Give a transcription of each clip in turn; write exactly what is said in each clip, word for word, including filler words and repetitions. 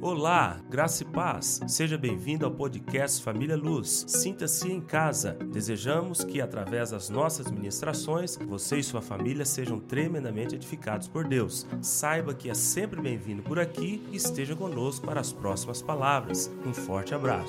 Olá, graça e paz. Seja bem-vindo ao podcast Família Luz. Sinta-se em casa. Desejamos que, através das nossas ministrações, você e sua família sejam tremendamente edificados por Deus. Saiba que é sempre bem-vindo por aqui e esteja conosco para as próximas palavras. Um forte abraço.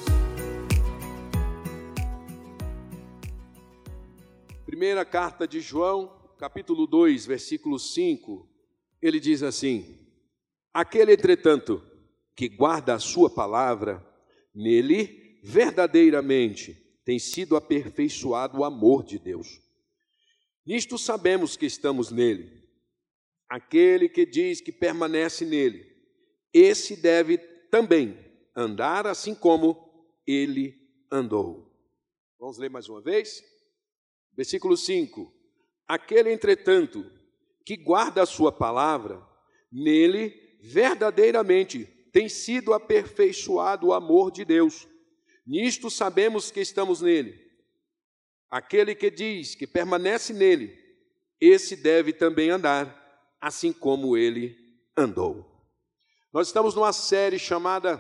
Primeira carta de João, capítulo dois, versículo cinco, ele diz assim: aquele, entretanto, que guarda a sua palavra, nele verdadeiramente tem sido aperfeiçoado o amor de Deus. Nisto sabemos que estamos nele. Aquele que diz que permanece nele, esse deve também andar assim como ele andou. Vamos ler mais uma vez? Versículo cinco. Aquele, entretanto, que guarda a sua palavra, nele verdadeiramente tem sido aperfeiçoado o amor de Deus. Nisto sabemos que estamos nele. Aquele que diz que permanece nele, esse deve também andar, assim como ele andou. Nós estamos numa série chamada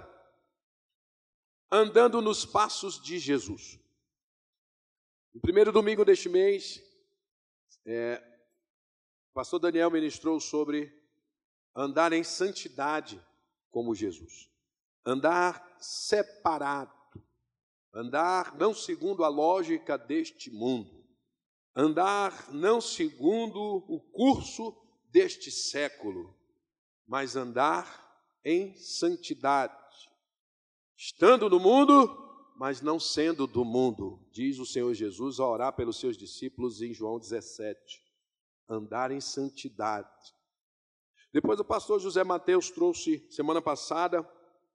Andando nos Passos de Jesus. No primeiro domingo deste mês, é, o pastor Daniel ministrou sobre andar em santidade como Jesus. Andar separado. Andar não segundo a lógica deste mundo. Andar não segundo o curso deste século, mas andar em santidade. Estando no mundo, mas não sendo do mundo, diz o Senhor Jesus ao orar pelos seus discípulos em João dezessete. Andar em santidade. Depois o pastor José Mateus trouxe, semana passada,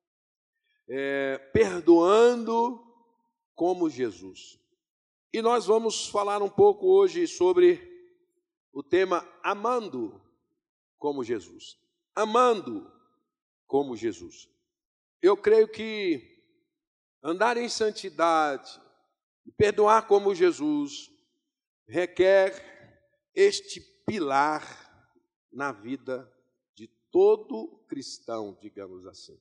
é, perdoando como Jesus. E nós vamos falar um pouco hoje sobre o tema amando como Jesus. Amando como Jesus. Eu creio que andar em santidade, perdoar como Jesus, requer este pilar na vida de todo cristão, digamos assim.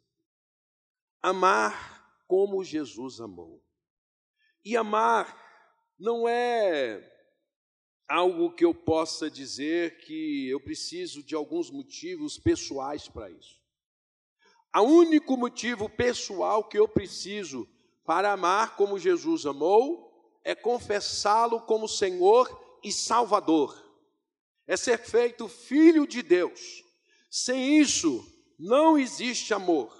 Amar como Jesus amou. E amar não é algo que eu possa dizer que eu preciso de alguns motivos pessoais para isso. O único motivo pessoal que eu preciso para amar como Jesus amou é confessá-lo como Senhor e Salvador. É ser feito filho de Deus. Sem isso, não existe amor.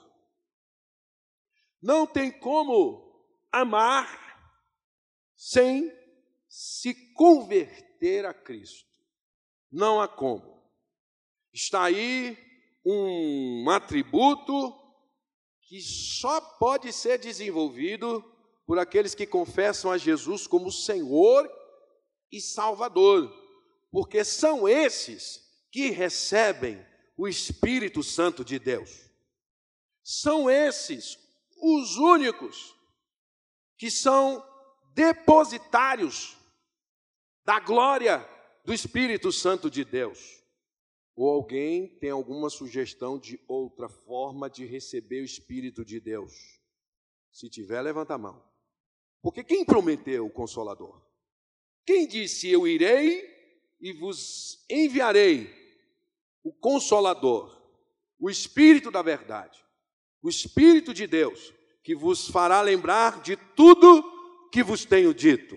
Não tem como amar sem se converter a Cristo. Não há como. Está aí um atributo que só pode ser desenvolvido por aqueles que confessam a Jesus como Senhor e Salvador, porque são esses que recebem o Espírito Santo de Deus. São esses os únicos que são depositários da glória do Espírito Santo de Deus. Ou alguém tem alguma sugestão de outra forma de receber o Espírito de Deus? Se tiver, levanta a mão. Porque quem prometeu o Consolador? Quem disse: eu irei e vos enviarei o Consolador, o Espírito da verdade, o Espírito de Deus, que vos fará lembrar de tudo que vos tenho dito.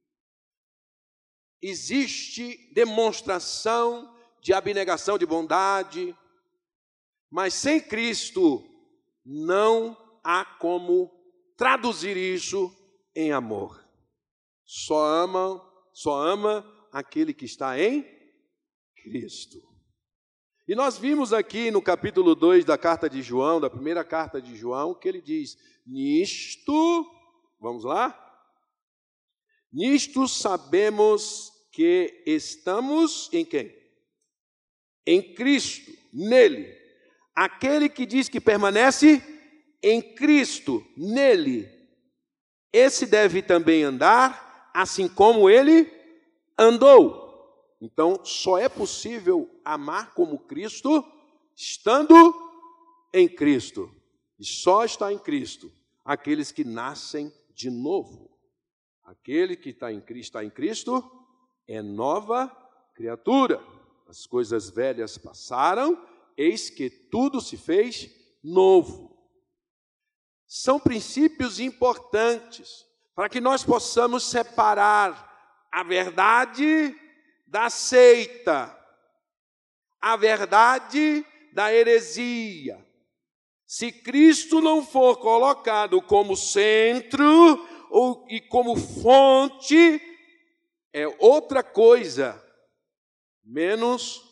Existe demonstração de abnegação, de bondade, mas sem Cristo não há como traduzir isso em amor. Só ama, só ama aquele que está em Cristo. E nós vimos aqui no capítulo dois da carta de João, da primeira carta de João, que ele diz: nisto, vamos lá? Nisto sabemos que estamos em quem? Em Cristo, nele. Aquele que diz que permanece em Cristo, nele, esse deve também andar assim como ele andou. Então, só é possível amar como Cristo estando em Cristo. E só está em Cristo aqueles que nascem de novo. Aquele que está em Cristo, está em Cristo é nova criatura. As coisas velhas passaram, eis que tudo se fez novo. São princípios importantes para que nós possamos separar a verdade da seita, a verdade da heresia. Se Cristo não for colocado como centro ou, e como fonte, é outra coisa, menos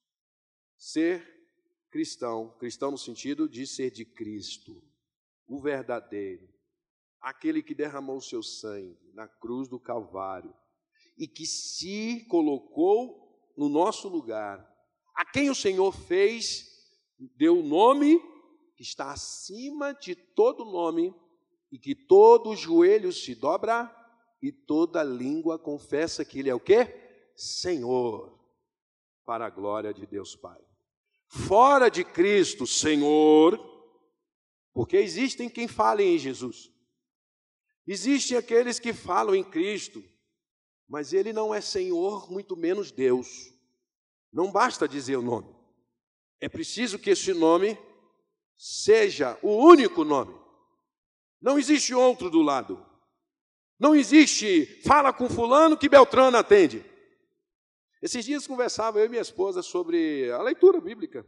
ser cristão. Cristão no sentido de ser de Cristo, o verdadeiro, aquele que derramou o seu sangue na cruz do Calvário e que se colocou no nosso lugar, a quem o Senhor fez, deu o nome que está acima de todo nome, e que todo joelho se dobra e toda língua confessa que Ele é o quê? Senhor, para a glória de Deus Pai. Fora de Cristo, Senhor, porque existem quem falem em Jesus. Existem aqueles que falam em Cristo, mas Ele não é Senhor, muito menos Deus. Não basta dizer o nome. É preciso que esse nome seja o único nome. Não existe outro do lado. Não existe, fala com fulano que Beltrano atende. Esses dias conversava eu e minha esposa sobre a leitura bíblica.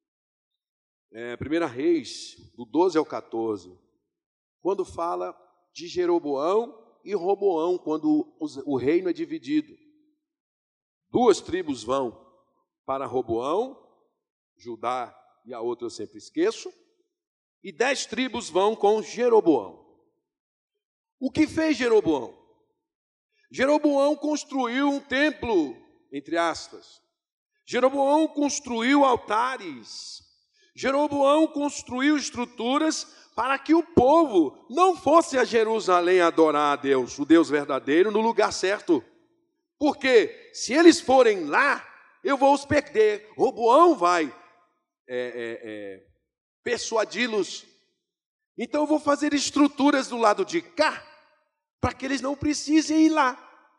É, Primeira Reis, do doze ao quatorze. Quando fala de Jeroboão e Roboão, quando o reino é dividido. Duas tribos vão para Roboão, Judá e a outra eu sempre esqueço, e dez tribos vão com Jeroboão. O que fez Jeroboão? Jeroboão construiu um templo, entre aspas. Jeroboão construiu altares. Jeroboão construiu estruturas para que o povo não fosse a Jerusalém adorar a Deus, o Deus verdadeiro, no lugar certo. Porque se eles forem lá, eu vou os perder. Roboão vai é, é, é, persuadi-los. Então eu vou fazer estruturas do lado de cá, para que eles não precisem ir lá.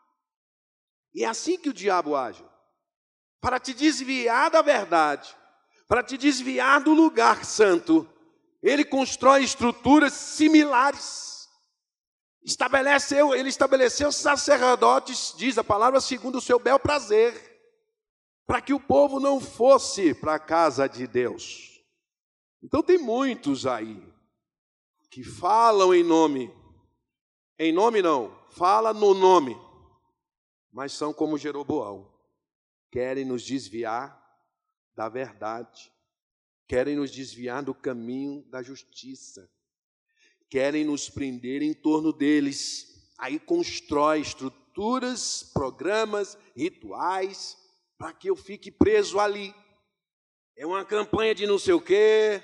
E é assim que o diabo age. Para te desviar da verdade, para te desviar do lugar santo, ele constrói estruturas similares. Estabeleceu, ele estabeleceu sacerdotes, diz a palavra, segundo o seu bel prazer, para que o povo não fosse para a casa de Deus. Então tem muitos aí que falam em nome, em nome não, fala no nome, mas são como Jeroboão, querem nos desviar da verdade, querem nos desviar do caminho da justiça, querem nos prender em torno deles, aí constrói estruturas, programas, rituais, para que eu fique preso ali. É uma campanha de não sei o quê,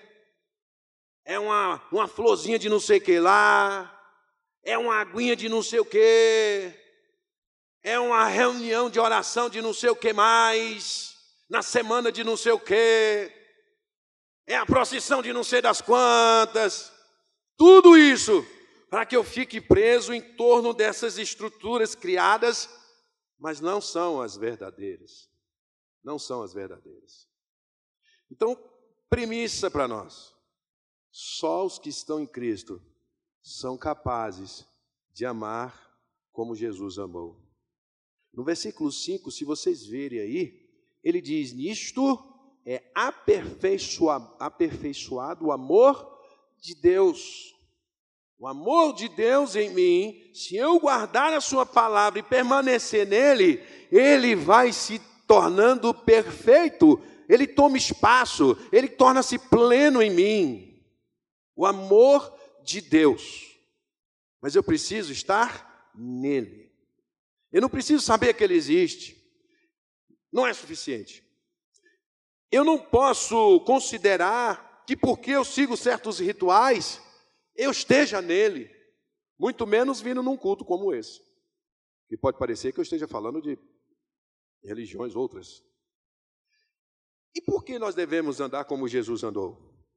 é uma, uma florzinha de não sei o que lá, é uma aguinha de não sei o quê, é uma reunião de oração de não sei o que mais, na semana de não sei o quê, é a procissão de não sei das quantas, tudo isso para que eu fique preso em torno dessas estruturas criadas, mas não são as verdadeiras, não são as verdadeiras. Então, premissa para nós, só os que estão em Cristo são capazes de amar como Jesus amou. No versículo cinco, se vocês verem aí, ele diz, nisto é aperfeiçoado, aperfeiçoado o amor de Deus. O amor de Deus em mim, se eu guardar a sua palavra e permanecer nele, ele vai se tornando perfeito, ele toma espaço, ele torna-se pleno em mim. O amor de Deus. Mas eu preciso estar nele. Eu não preciso saber que ele existe. Não é suficiente. Eu não posso considerar que porque eu sigo certos rituais, eu esteja nele. Muito menos vindo num culto como esse. Que pode parecer que eu esteja falando de religiões outras. E por que nós devemos andar como Jesus andou?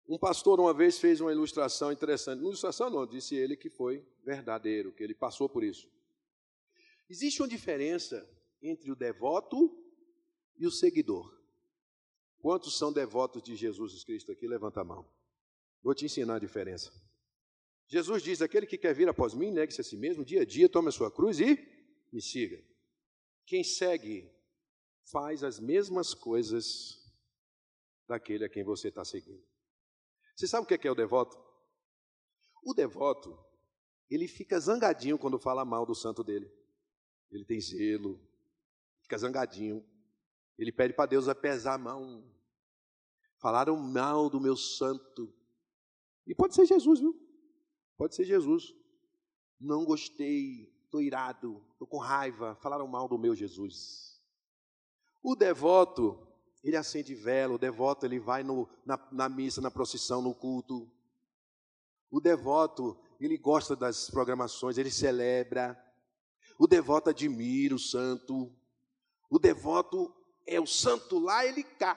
Um pastor uma vez fez uma ilustração interessante. Não ilustração não, disse ele que foi verdadeiro, que ele passou por isso. Existe uma diferença entre o devoto e o seguidor. Quantos são devotos de Jesus Cristo aqui? Levanta a mão. Vou te ensinar a diferença. Jesus diz, aquele que quer vir após mim, negue-se a si mesmo, dia a dia, tome a sua cruz e me siga. Quem segue faz as mesmas coisas daquele a quem você está seguindo. Você sabe o que é o devoto? O devoto, ele fica zangadinho quando fala mal do santo dele. Ele tem zelo, fica zangadinho. Ele pede para Deus a pesar a mão. Falaram mal do meu santo. E pode ser Jesus, viu? Pode ser Jesus. Não gostei, estou irado, estou com raiva. Falaram mal do meu Jesus. O devoto, ele acende vela. O devoto, ele vai no, na, na missa, na procissão, no culto. O devoto, ele gosta das programações, ele celebra. O devoto admira o santo. O devoto é o santo lá, ele cá.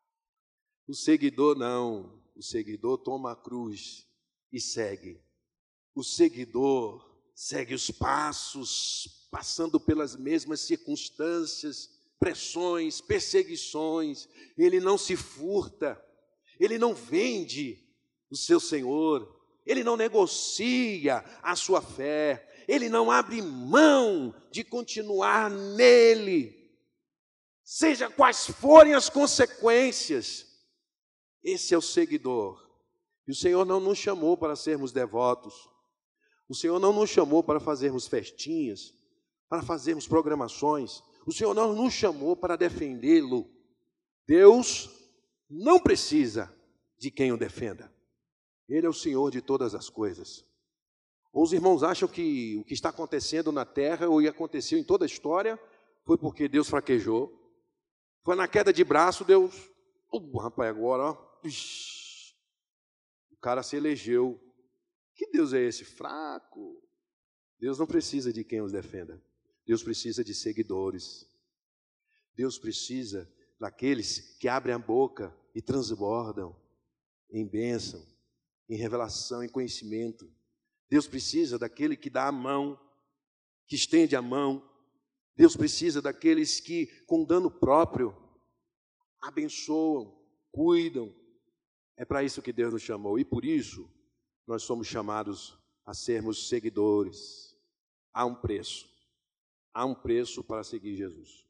O seguidor não. O seguidor toma a cruz e segue. O seguidor segue os passos, passando pelas mesmas circunstâncias, pressões, perseguições. Ele não se furta. Ele não vende o seu Senhor. Ele não negocia a sua fé. Ele não abre mão de continuar nele, seja quais forem as consequências. Esse é o seguidor. E o Senhor não nos chamou para sermos devotos. O Senhor não nos chamou para fazermos festinhas, para fazermos programações. O Senhor não nos chamou para defendê-lo. Deus não precisa de quem o defenda. Ele é o Senhor de todas as coisas. Ou os irmãos acham que o que está acontecendo na terra, ou aconteceu em toda a história, foi porque Deus fraquejou. Foi na queda de braço, Deus... Oh, rapaz, agora, ó, ixi, o cara se elegeu. Que Deus é esse? Fraco. Deus não precisa de quem os defenda. Deus precisa de seguidores. Deus precisa daqueles que abrem a boca e transbordam em bênção, em revelação, em conhecimento. Deus precisa daquele que dá a mão, que estende a mão. Deus precisa daqueles que, com dano próprio, abençoam, cuidam. É para isso que Deus nos chamou. E por isso, nós somos chamados a sermos seguidores. Há um preço. Há um preço para seguir Jesus.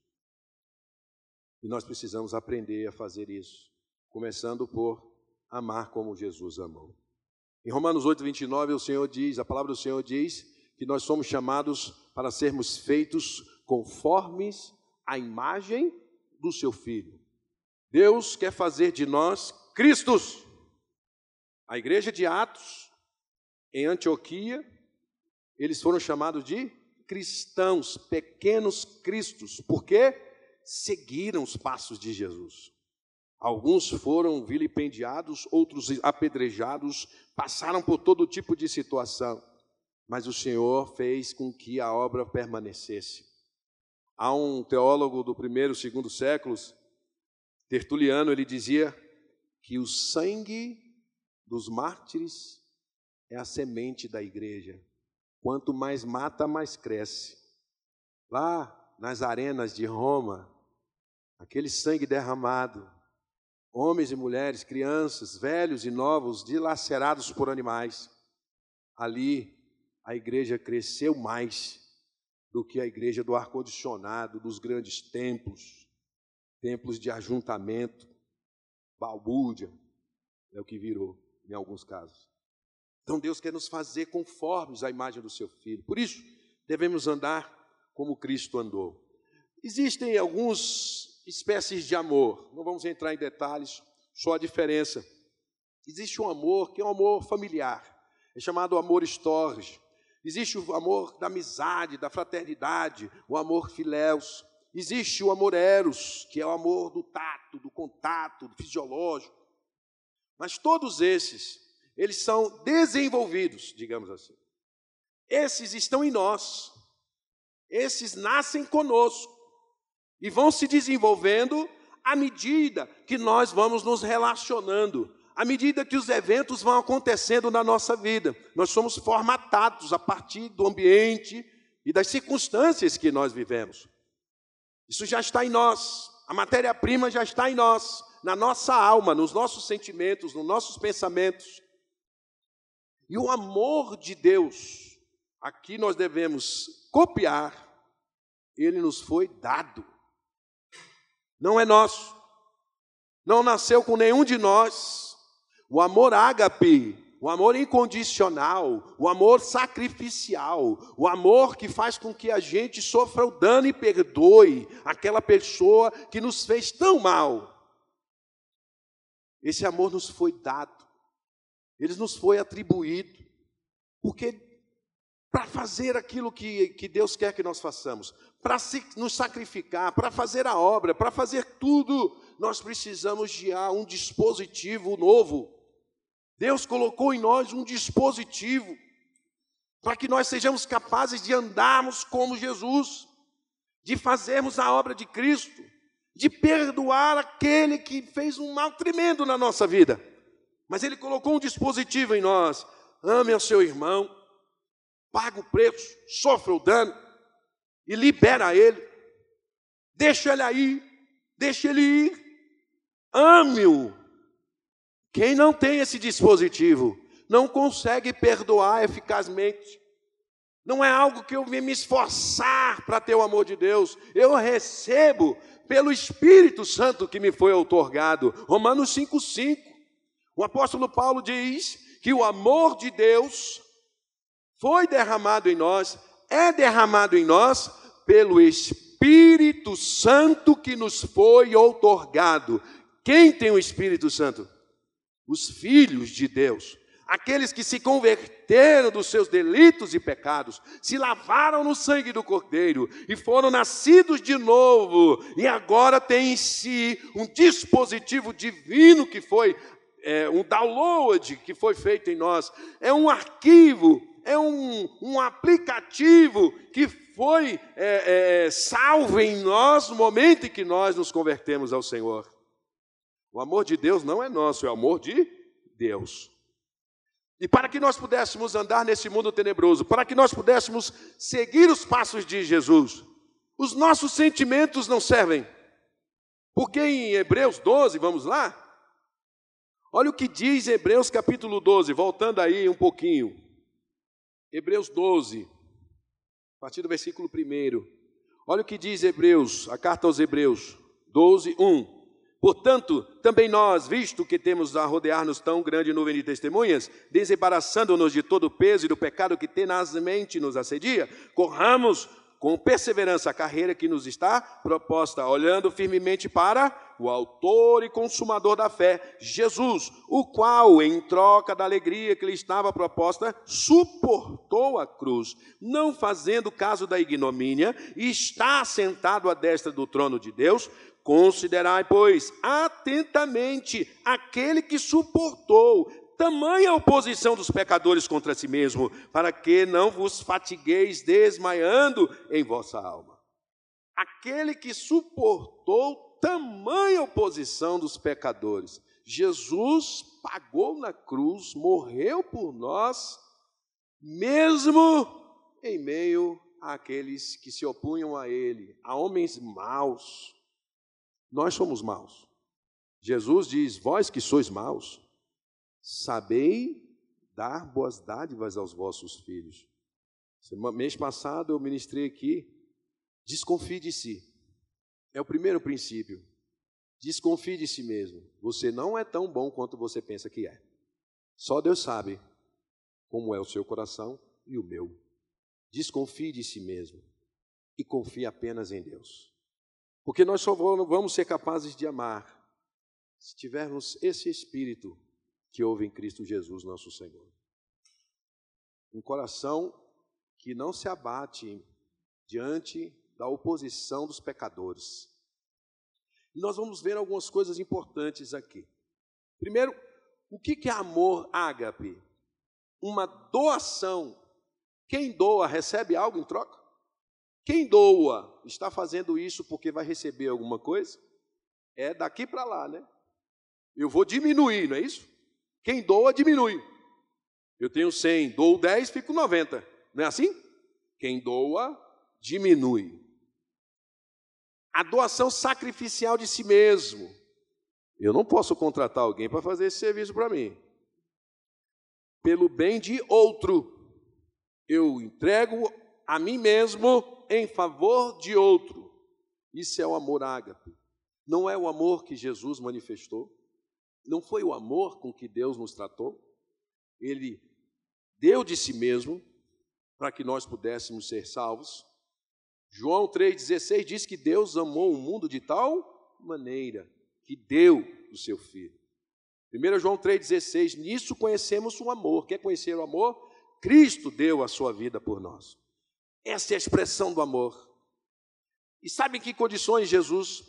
E nós precisamos aprender a fazer isso. Começando por amar como Jesus amou. Em Romanos oito, vinte e nove, o Senhor diz, a palavra do Senhor diz que nós somos chamados para sermos feitos conformes à imagem do seu Filho. Deus quer fazer de nós Cristos. A igreja de Atos, em Antioquia, eles foram chamados de cristãos, pequenos cristos, porque seguiram os passos de Jesus. Alguns foram vilipendiados, outros apedrejados, passaram por todo tipo de situação, mas o Senhor fez com que a obra permanecesse. Há um teólogo do primeiro e segundo séculos, Tertuliano, ele dizia que o sangue dos mártires é a semente da igreja. Quanto mais mata, mais cresce. Lá nas arenas de Roma, aquele sangue derramado, homens e mulheres, crianças, velhos e novos, dilacerados por animais. Ali, a igreja cresceu mais do que a igreja do ar-condicionado, dos grandes templos, templos de ajuntamento, balbúrdia, é o que virou, em alguns casos. Então, Deus quer nos fazer conformes à imagem do seu Filho. Por isso, devemos andar como Cristo andou. Existem alguns espécies de amor, não vamos entrar em detalhes, só a diferença. Existe um amor que é um amor familiar, é chamado amor storge. Existe o amor da amizade, da fraternidade, o amor filéus. Existe o amor eros, que é o amor do tato, do contato, do fisiológico. Mas todos esses, eles são desenvolvidos, digamos assim. Esses estão em nós. Esses nascem conosco. E vão se desenvolvendo à medida que nós vamos nos relacionando, à medida que os eventos vão acontecendo na nossa vida. Nós somos formatados a partir do ambiente e das circunstâncias que nós vivemos. Isso já está em nós, a matéria-prima já está em nós, na nossa alma, nos nossos sentimentos, nos nossos pensamentos. E o amor de Deus, aqui nós devemos copiar, ele nos foi dado. Não é nosso, não nasceu com nenhum de nós. O amor ágape, o amor incondicional, o amor sacrificial, o amor que faz com que a gente sofra o dano e perdoe aquela pessoa que nos fez tão mal. Esse amor nos foi dado, ele nos foi atribuído, porque para fazer aquilo que, que Deus quer que nós façamos, para nos sacrificar, para fazer a obra, para fazer tudo, nós precisamos de um dispositivo novo. Deus colocou em nós um dispositivo para que nós sejamos capazes de andarmos como Jesus, de fazermos a obra de Cristo, de perdoar aquele que fez um mal tremendo na nossa vida. Mas Ele colocou um dispositivo em nós. Ame ao seu irmão, paga o preço, sofra o dano e libera ele. Deixa ele aí, deixa ele ir. Ame-o. Quem não tem esse dispositivo não consegue perdoar eficazmente. Não é algo que eu venha me esforçar para ter o amor de Deus. Eu recebo pelo Espírito Santo que me foi outorgado. Romanos cinco, cinco. O apóstolo Paulo diz que o amor de Deus foi derramado em nós, é derramado em nós pelo Espírito Santo que nos foi outorgado. Quem tem o Espírito Santo? Os filhos de Deus. Aqueles que se converteram dos seus delitos e pecados, se lavaram no sangue do Cordeiro e foram nascidos de novo, e agora têm em si um dispositivo divino que foi, é, um download que foi feito em nós, é um arquivo, é um, um aplicativo que foi é, é, salvo em nós no momento em que nós nos convertemos ao Senhor. O amor de Deus não é nosso, é o amor de Deus. E para que nós pudéssemos andar nesse mundo tenebroso, para que nós pudéssemos seguir os passos de Jesus, os nossos sentimentos não servem. Porque em Hebreus doze, vamos lá? Olha o que diz Hebreus capítulo doze, voltando aí um pouquinho. Hebreus doze, a partir do versículo primeiro. Olha o que diz Hebreus, a carta aos Hebreus, doze, um. Portanto, também nós, visto que temos a rodear-nos tão grande nuvem de testemunhas, desembaraçando-nos de todo o peso e do pecado que tenazmente nos assedia, corramos com perseverança a carreira que nos está proposta, olhando firmemente para o autor e consumador da fé, Jesus, o qual, em troca da alegria que lhe estava proposta, suportou a cruz, não fazendo caso da ignomínia, e está sentado à destra do trono de Deus. Considerai, pois, atentamente aquele que suportou tamanha oposição dos pecadores contra si mesmo, para que não vos fatigueis desmaiando em vossa alma. Aquele que suportou tamanha oposição dos pecadores. Jesus pagou na cruz, morreu por nós, mesmo em meio àqueles que se opunham a ele, a homens maus. Nós somos maus. Jesus diz, vós que sois maus, sabei dar boas dádivas aos vossos filhos. Mês passado eu ministrei aqui, desconfie de si. É o primeiro princípio. Desconfie de si mesmo. Você não é tão bom quanto você pensa que é. Só Deus sabe como é o seu coração e o meu. Desconfie de si mesmo e confie apenas em Deus. Porque nós só vamos ser capazes de amar se tivermos esse Espírito que houve em Cristo Jesus, nosso Senhor. Um coração que não se abate diante da oposição dos pecadores. E nós vamos ver algumas coisas importantes aqui. Primeiro, o que é amor ágape? Uma doação. Quem doa recebe algo em troca? Quem doa está fazendo isso porque vai receber alguma coisa? É daqui para lá, né? Eu vou diminuir, não é isso? Quem doa, diminui. Eu tenho cem, dou dez, fico noventa. Não é assim? Quem doa, diminui. A doação sacrificial de si mesmo. Eu não posso contratar alguém para fazer esse serviço para mim. Pelo bem de outro, eu entrego a mim mesmo em favor de outro. Isso é o amor ágape. Não é o amor que Jesus manifestou. Não foi o amor com que Deus nos tratou. Ele deu de si mesmo para que nós pudéssemos ser salvos. João três dezesseis diz que Deus amou o mundo de tal maneira que deu o seu Filho. primeiro João três dezesseis, nisso conhecemos o amor. Quer conhecer o amor? Cristo deu a sua vida por nós. Essa é a expressão do amor. E sabe em que condições Jesus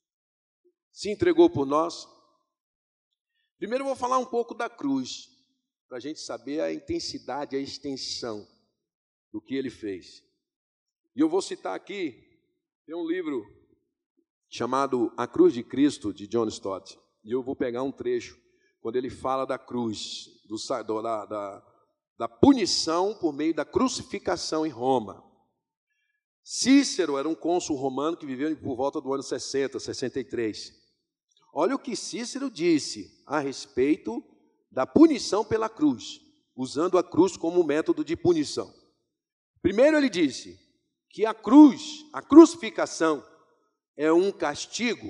se entregou por nós? Primeiro eu vou falar um pouco da cruz, para a gente saber a intensidade, a extensão do que ele fez. E eu vou citar aqui, tem um livro chamado A Cruz de Cristo, de John Stott, e eu vou pegar um trecho, quando ele fala da cruz, do, da, da, da punição por meio da crucificação em Roma. Cícero era um cônsul romano que viveu por volta do ano sessenta, sessenta e três. Olha o que Cícero disse a respeito da punição pela cruz, usando a cruz como método de punição. Primeiro ele disse que a cruz, a crucificação, é um castigo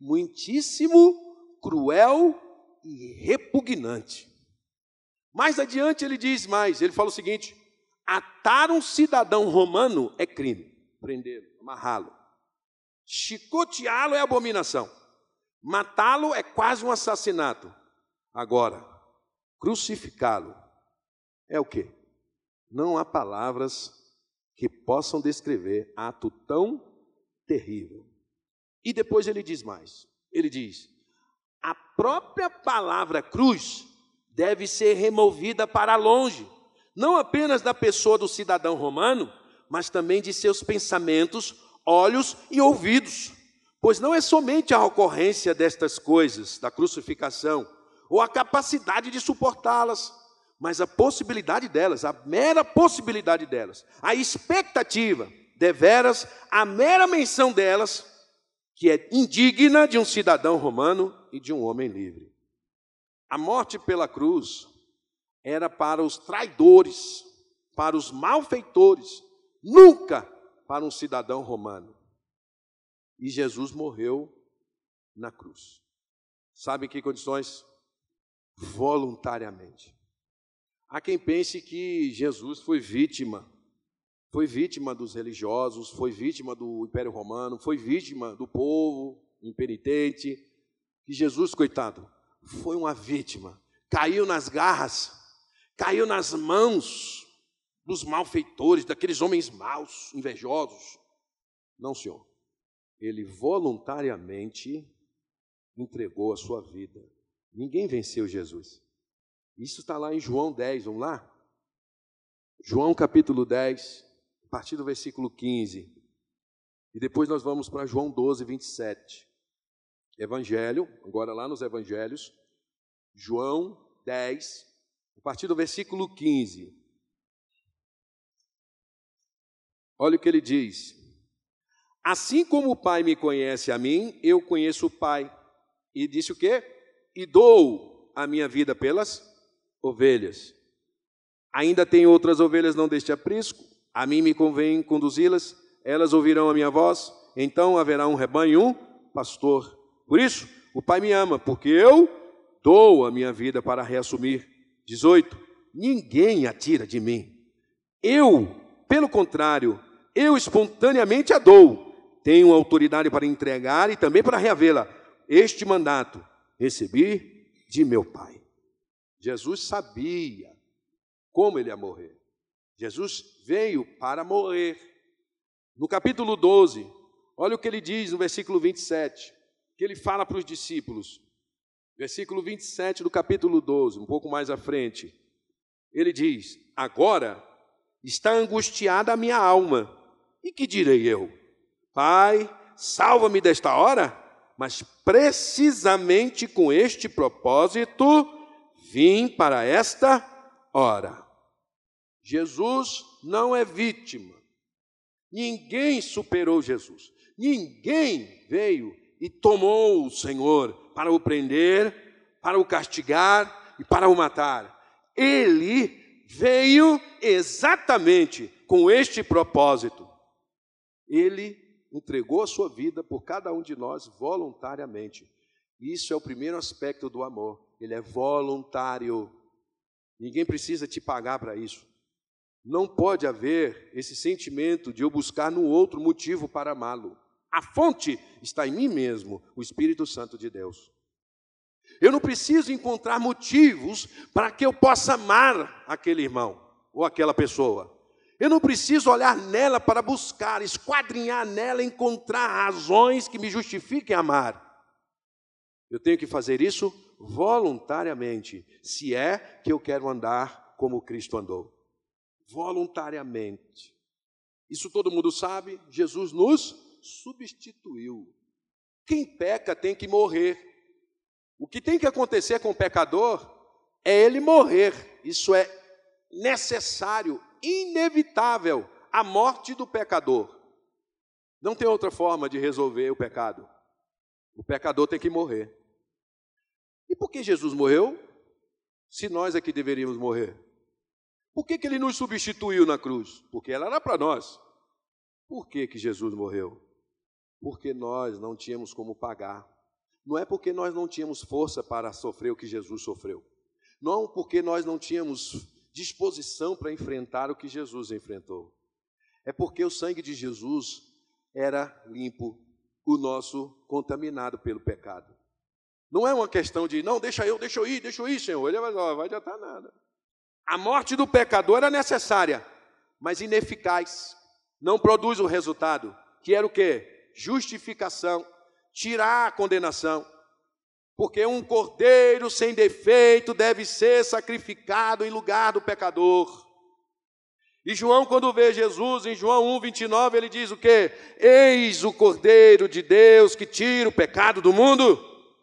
muitíssimo cruel e repugnante. Mais adiante ele diz mais, ele fala o seguinte: atar um cidadão romano é crime, prendê-lo, amarrá-lo. Chicoteá-lo é abominação. Matá-lo é quase um assassinato. Agora, crucificá-lo é o quê? Não há palavras que possam descrever ato tão terrível. E depois ele diz mais. Ele diz: a própria palavra cruz deve ser removida para longe, não apenas da pessoa do cidadão romano, mas também de seus pensamentos, olhos e ouvidos. Pois não é somente a ocorrência destas coisas, da crucificação, ou a capacidade de suportá-las, mas a possibilidade delas, a mera possibilidade delas, a expectativa, deveras, a mera menção delas, que é indigna de um cidadão romano e de um homem livre. A morte pela cruz era para os traidores, para os malfeitores, nunca para um cidadão romano. E Jesus morreu na cruz. Sabe em que condições? Voluntariamente. Há quem pense que Jesus foi vítima, foi vítima dos religiosos, foi vítima do Império Romano, foi vítima do povo impenitente, que Jesus, coitado, foi uma vítima, caiu nas garras, caiu nas mãos dos malfeitores, daqueles homens maus, invejosos. Não, Senhor. Ele voluntariamente entregou a sua vida. Ninguém venceu Jesus. Isso está lá em João dez, vamos lá? João capítulo dez, a partir do versículo quinze. E depois nós vamos para João doze, vinte e sete. Evangelho, agora lá nos Evangelhos, João dez, a partir do versículo quinze. Olha o que ele diz: assim como o Pai me conhece a mim, eu conheço o Pai. E disse o quê? E dou a minha vida pelas ovelhas. Ainda tem outras ovelhas não deste aprisco, a mim me convém conduzi-las, elas ouvirão a minha voz, então haverá um rebanho e um pastor. Por isso, o Pai me ama, porque eu dou a minha vida para reassumir. dezoito. Ninguém a tira de mim. Eu, pelo contrário, eu espontaneamente a dou. Tenho autoridade para entregar e também para reavê-la. Este mandato recebi de meu Pai. Jesus sabia como ele ia morrer. Jesus veio para morrer. No capítulo doze, olha o que ele diz no versículo vinte e sete, que ele fala para os discípulos. Versículo vinte e sete do capítulo doze, um pouco mais à frente. Ele diz: agora está angustiada a minha alma. E que direi eu? Pai, salva-me desta hora? Mas precisamente com este propósito vim para esta hora. Jesus não é vítima. Ninguém superou Jesus. Ninguém veio e tomou o Senhor para o prender, para o castigar e para o matar. Ele veio exatamente com este propósito. Ele entregou a sua vida por cada um de nós voluntariamente. Isso é o primeiro aspecto do amor. Ele é voluntário. Ninguém precisa te pagar para isso. Não pode haver esse sentimento de eu buscar no outro motivo para amá-lo. A fonte está em mim mesmo, o Espírito Santo de Deus. Eu não preciso encontrar motivos para que eu possa amar aquele irmão ou aquela pessoa. Eu não preciso olhar nela para buscar, esquadrinhar nela, encontrar razões que me justifiquem amar. Eu tenho que fazer isso voluntariamente, se é que eu quero andar como Cristo andou. Voluntariamente. Isso todo mundo sabe, Jesus nos substituiu. Quem peca tem que morrer. O que tem que acontecer com o pecador é ele morrer. Isso é necessário, inevitável, a morte do pecador. Não tem outra forma de resolver o pecado. O pecador tem que morrer. E por que Jesus morreu? Se nós é que deveríamos morrer. Por que que ele nos substituiu na cruz? Porque ela era para nós. Por que que Jesus morreu? Porque nós não tínhamos como pagar. Não é porque nós não tínhamos força para sofrer o que Jesus sofreu. Não porque nós não tínhamos disposição para enfrentar o que Jesus enfrentou. É porque o sangue de Jesus era limpo, o nosso contaminado pelo pecado. Não é uma questão de, não, deixa eu, deixa eu ir, deixa eu ir, Senhor. Ele vai, não vai adiantar nada. A morte do pecador era necessária, mas ineficaz. Não produz o resultado, que era o quê? Justificação, tirar a condenação. Porque um cordeiro sem defeito deve ser sacrificado em lugar do pecador. E João, quando vê Jesus, em João um, vinte e nove, ele diz o quê? Eis o cordeiro de Deus que tira o pecado do mundo.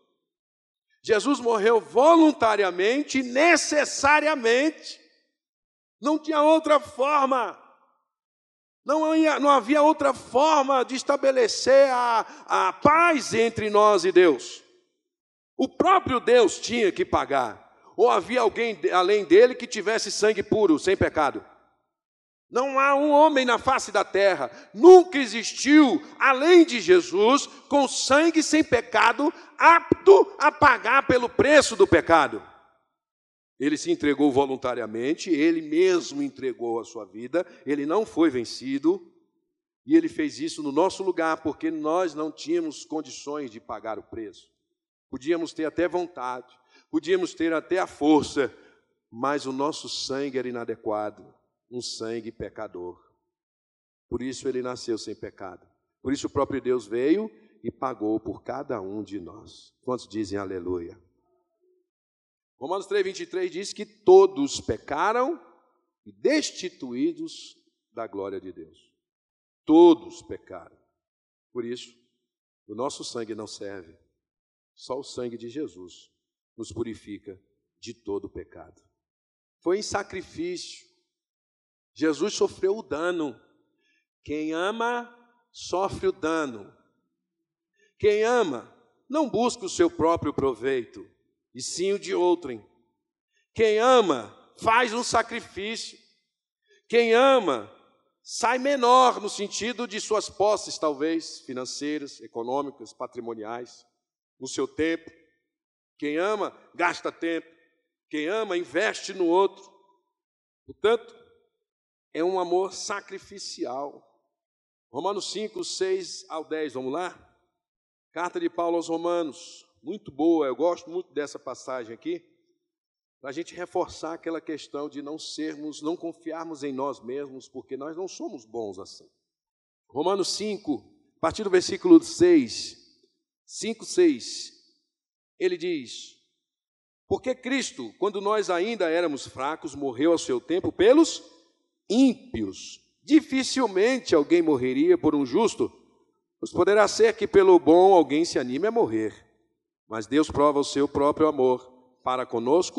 Jesus morreu voluntariamente, necessariamente. Não tinha outra forma. Não, ia, não havia outra forma de estabelecer a, a paz entre nós e Deus. O próprio Deus tinha que pagar. Ou havia alguém além dele que tivesse sangue puro, sem pecado. Não há um homem na face da terra, nunca existiu, além de Jesus, com sangue sem pecado, apto a pagar pelo preço do pecado. Ele se entregou voluntariamente, ele mesmo entregou a sua vida, ele não foi vencido, e ele fez isso no nosso lugar, porque nós não tínhamos condições de pagar o preço. Podíamos ter até vontade, podíamos ter até a força, mas o nosso sangue era inadequado. Um sangue pecador. Por isso ele nasceu sem pecado. Por isso o próprio Deus veio e pagou por cada um de nós. Quantos dizem aleluia? Romanos três, vinte e três diz que todos pecaram e destituídos da glória de Deus. Todos pecaram. Por isso, o nosso sangue não serve. Só o sangue de Jesus nos purifica de todo o pecado. Foi em sacrifício. Jesus sofreu o dano. Quem ama, sofre o dano. Quem ama, não busca o seu próprio proveito, e sim o de outrem. Quem ama, faz um sacrifício. Quem ama, sai menor no sentido de suas posses, talvez, financeiras, econômicas, patrimoniais, no seu tempo. Quem ama, gasta tempo. Quem ama, investe no outro. Portanto, é um amor sacrificial. Romanos cinco, seis ao dez, vamos lá? Carta de Paulo aos Romanos, muito boa, eu gosto muito dessa passagem aqui, para a gente reforçar aquela questão de não sermos, não confiarmos em nós mesmos, porque nós não somos bons assim. Romanos cinco, a partir do versículo seis, cinco, seis, ele diz: porque Cristo, quando nós ainda éramos fracos, morreu ao seu tempo pelos ímpios. Dificilmente alguém morreria por um justo, pois poderá ser que pelo bom alguém se anime a morrer. Mas Deus prova o seu próprio amor para conosco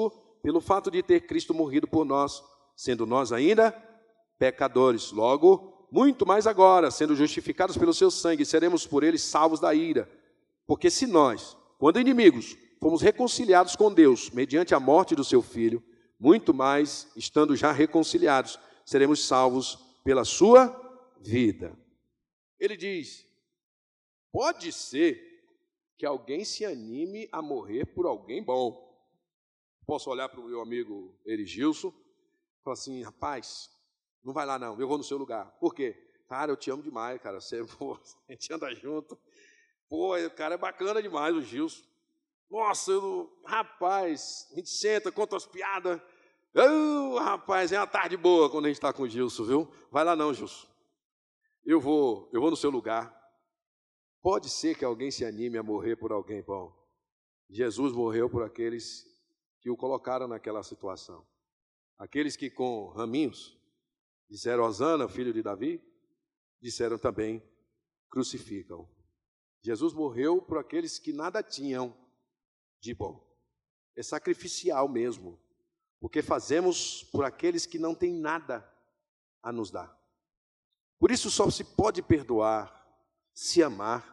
pelo fato de ter Cristo morrido por nós, sendo nós ainda pecadores. Logo, muito mais agora, sendo justificados pelo seu sangue, seremos por ele salvos da ira. Porque se nós, quando inimigos, fomos reconciliados com Deus, mediante a morte do seu Filho, muito mais, estando já reconciliados, seremos salvos pela sua vida. Ele diz, pode ser que alguém se anime a morrer por alguém bom. Posso olhar para o meu amigo Erigilson e falar assim, rapaz, não vai lá não, eu vou no seu lugar. Por quê? Cara, eu te amo demais, cara, você, pô, a gente anda junto. Pô, o cara é bacana demais, o Gilson. Nossa, eu, rapaz, a gente senta, conta as piadas. Oh, rapaz, é uma tarde boa quando a gente está com o Gilson, viu? Vai lá não, Gilson. Eu vou, eu vou no seu lugar. Pode ser que alguém se anime a morrer por alguém bom. Jesus morreu por aqueles que o colocaram naquela situação. Aqueles que com raminhos disseram, Hosana, filho de Davi, disseram também, crucificam. Jesus morreu por aqueles que nada tinham de bom. É sacrificial mesmo, porque fazemos por aqueles que não têm nada a nos dar. Por isso só se pode perdoar se amar.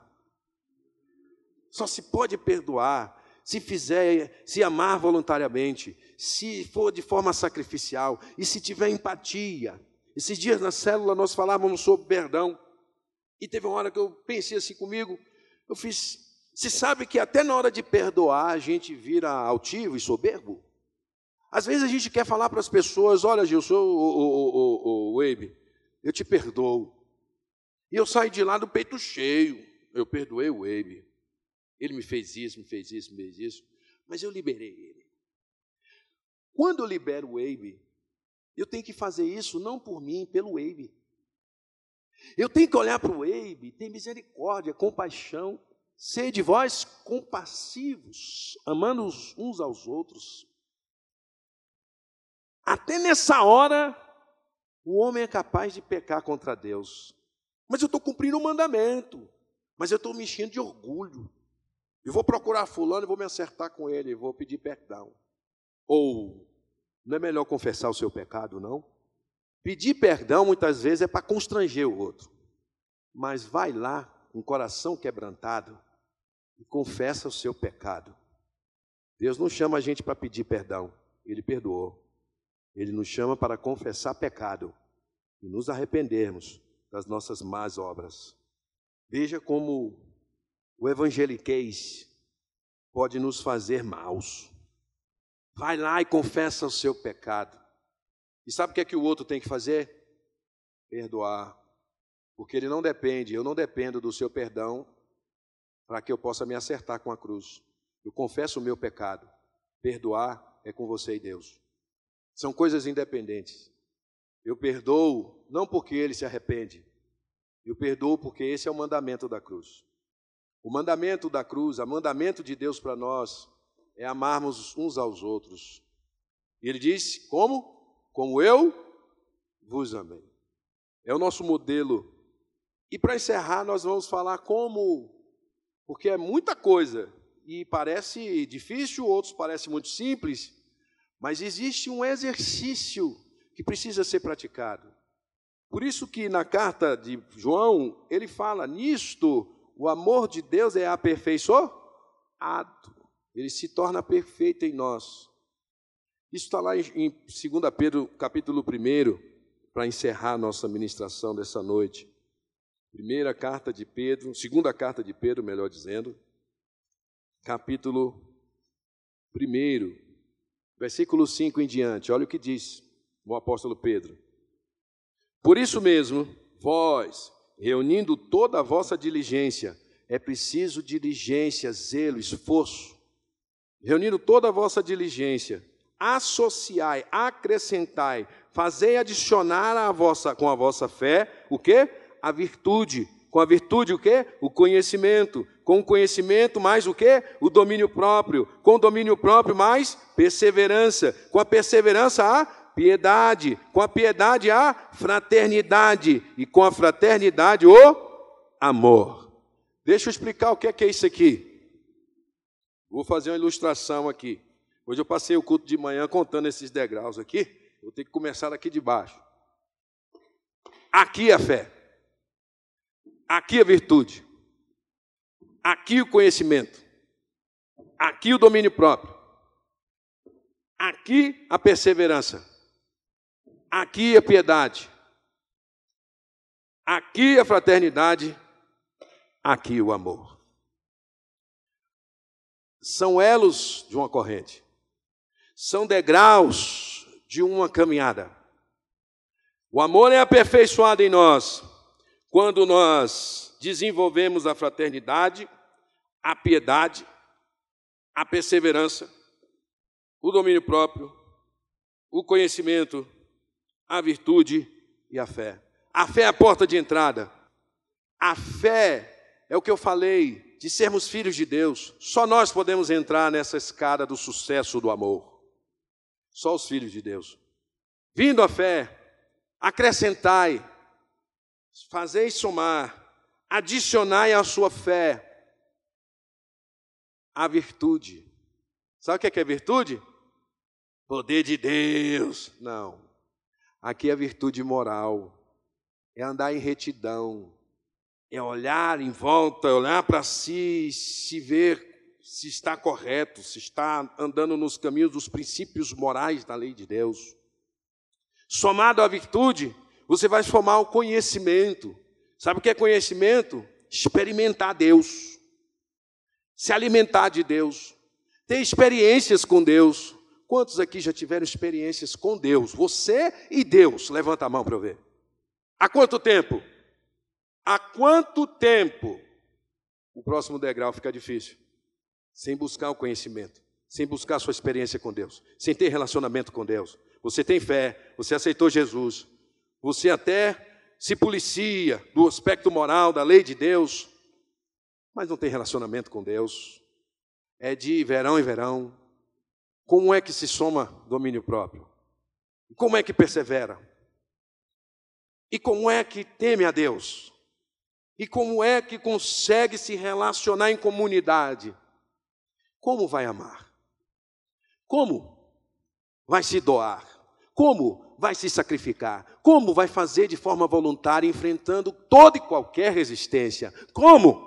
Só se pode perdoar se fizer, se amar voluntariamente, se for de forma sacrificial e se tiver empatia. Esses dias na célula nós falávamos sobre perdão e teve uma hora que eu pensei assim comigo, eu fiz, você sabe que até na hora de perdoar a gente vira altivo e soberbo? Às vezes a gente quer falar para as pessoas, olha Gilson, o, o, o, o Weibe, eu te perdoo. E eu saio de lá do peito cheio, eu perdoei o Weibe. Ele me fez isso, me fez isso, me fez isso, mas eu liberei ele. Quando eu libero o Weibe, eu tenho que fazer isso não por mim, pelo Weibe. Eu tenho que olhar para o Weibe, ter misericórdia, compaixão, ser de vós compassivos, amando uns aos outros. Até nessa hora, o homem é capaz de pecar contra Deus. Mas eu estou cumprindo o mandamento, mas eu estou me enchendo de orgulho. Eu vou procurar fulano e vou me acertar com ele, vou pedir perdão. Ou, não é melhor confessar o seu pecado, não? Pedir perdão, muitas vezes, é para constranger o outro. Mas vai lá, com o coração quebrantado, e confessa o seu pecado. Deus não chama a gente para pedir perdão, Ele perdoou. Ele nos chama para confessar pecado e nos arrependermos das nossas más obras. Veja como o evangeliquez pode nos fazer maus. Vai lá e confessa o seu pecado. E sabe o que é que o outro tem que fazer? Perdoar. Porque ele não depende, eu não dependo do seu perdão para que eu possa me acertar com a cruz. Eu confesso o meu pecado. Perdoar é com você e Deus. São coisas independentes. Eu perdoo não porque ele se arrepende. Eu perdoo porque esse é o mandamento da cruz. O mandamento da cruz, o mandamento de Deus para nós é amarmos uns aos outros. E ele diz, como? Como eu vos amei. É o nosso modelo. E para encerrar, nós vamos falar como, porque é muita coisa, e parece difícil, outros parecem muito simples, mas existe um exercício que precisa ser praticado. Por isso que na carta de João, ele fala, nisto, o amor de Deus é aperfeiçoado. Ele se torna perfeito em nós. Isso está lá em dois Pedro, capítulo um, para encerrar nossa ministração dessa noite. Primeira carta de Pedro, segunda carta de Pedro, melhor dizendo, capítulo um, versículo cinco em diante. Olha o que diz o apóstolo Pedro. Por isso mesmo, vós, reunindo toda a vossa diligência, é preciso diligência, zelo, esforço. Reunindo toda a vossa diligência, associai, acrescentai, fazei adicionar a vossa, com a vossa fé, o quê? A virtude. Com a virtude o quê? O conhecimento. Com o conhecimento mais o quê? O domínio próprio. Com o domínio próprio mais perseverança. Com a perseverança a piedade. Com a piedade a fraternidade. E com a fraternidade o amor. Deixa eu explicar o que é, que é isso aqui. Vou fazer uma ilustração aqui. Hoje eu passei o culto de manhã contando esses degraus aqui. Vou ter que começar daqui de baixo. Aqui a fé. Aqui a virtude. Aqui o conhecimento. Aqui o domínio próprio. Aqui a perseverança. Aqui a piedade. Aqui a fraternidade. Aqui o amor. São elos de uma corrente. São degraus de uma caminhada. O amor é aperfeiçoado em nós quando nós desenvolvemos a fraternidade, a piedade, a perseverança, o domínio próprio, o conhecimento, a virtude e a fé. A fé é a porta de entrada. A fé é o que eu falei, de sermos filhos de Deus. Só nós podemos entrar nessa escada do sucesso do amor. Só os filhos de Deus. Vindo a fé, acrescentai, fazeis somar, adicionai à sua fé a virtude. Sabe o que é virtude? Poder de Deus. Não. Aqui é virtude moral. É andar em retidão. É olhar em volta, olhar para si, se ver se está correto, se está andando nos caminhos dos princípios morais da lei de Deus. Somado à virtude, você vai formar o conhecimento. Sabe o que é conhecimento? Experimentar Deus. Se alimentar de Deus. Ter experiências com Deus. Quantos aqui já tiveram experiências com Deus? Você e Deus. Levanta a mão para eu ver. Há quanto tempo? Há quanto tempo? O próximo degrau fica difícil. Sem buscar o conhecimento. Sem buscar a sua experiência com Deus. Sem ter relacionamento com Deus. Você tem fé. Você aceitou Jesus. Você até se policia do aspecto moral da lei de Deus. Mas não tem relacionamento com Deus. É de verão em verão. Como é que se soma domínio próprio? Como é que persevera? E como é que teme a Deus? E como é que consegue se relacionar em comunidade? Como vai amar? Como vai se doar? Como vai se sacrificar? Como vai fazer de forma voluntária, enfrentando toda e qualquer resistência? Como?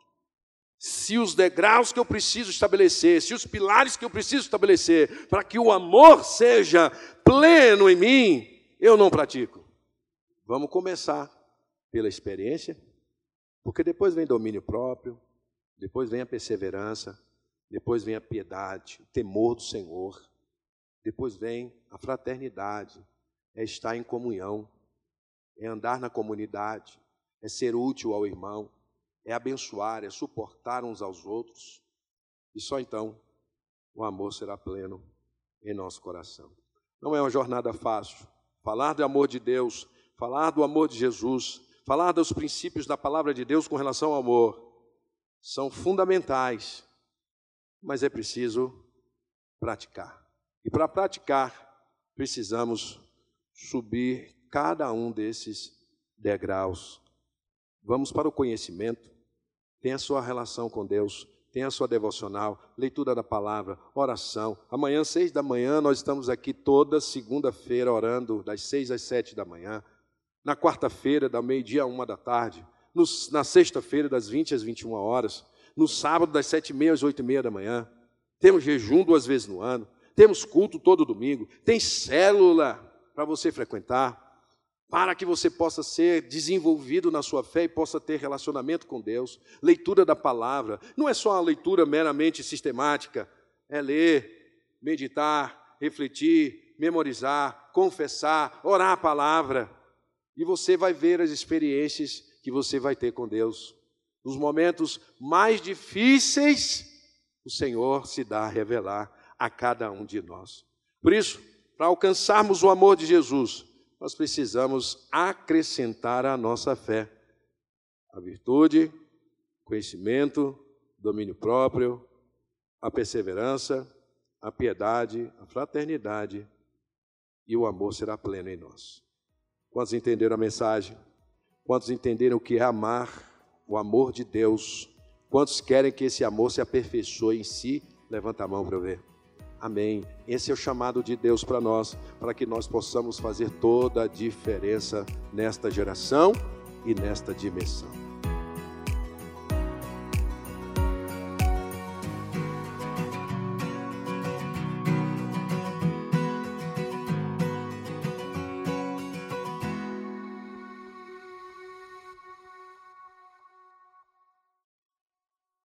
Se os degraus que eu preciso estabelecer, se os pilares que eu preciso estabelecer, para que o amor seja pleno em mim, eu não pratico. Vamos começar pela experiência, porque depois vem domínio próprio, depois vem a perseverança, depois vem a piedade, o temor do Senhor, depois vem a fraternidade, é estar em comunhão, é andar na comunidade, é ser útil ao irmão, é abençoar, é suportar uns aos outros, e só então o amor será pleno em nosso coração. Não é uma jornada fácil. Falar do amor de Deus, falar do amor de Jesus, falar dos princípios da palavra de Deus com relação ao amor, são fundamentais, mas é preciso praticar. E para praticar, precisamos subir cada um desses degraus. Vamos para o conhecimento, tem a sua relação com Deus, tem a sua devocional, leitura da palavra, oração. Amanhã, seis da manhã, nós estamos aqui toda segunda-feira orando, das seis às sete da manhã. Na quarta-feira, da meio-dia a uma da tarde. No, na sexta-feira, das vinte às vinte e uma horas. No sábado, das sete e meia às oito e meia da manhã. Temos jejum duas vezes no ano. Temos culto todo domingo. Tem célula para você frequentar, para que você possa ser desenvolvido na sua fé e possa ter relacionamento com Deus. Leitura da palavra. Não é só uma leitura meramente sistemática. É ler, meditar, refletir, memorizar, confessar, orar a palavra. E você vai ver as experiências que você vai ter com Deus. Nos momentos mais difíceis, o Senhor se dá a revelar a cada um de nós. Por isso, para alcançarmos o amor de Jesus, nós precisamos acrescentar à nossa fé a virtude, conhecimento, domínio próprio, a perseverança, a piedade, a fraternidade, e o amor será pleno em nós. Quantos entenderam a mensagem? Quantos entenderam o que é amar, o amor de Deus? Quantos querem que esse amor se aperfeiçoe em si? Levanta a mão para eu ver. Amém. Esse é o chamado de Deus para nós, para que nós possamos fazer toda a diferença nesta geração e nesta dimensão.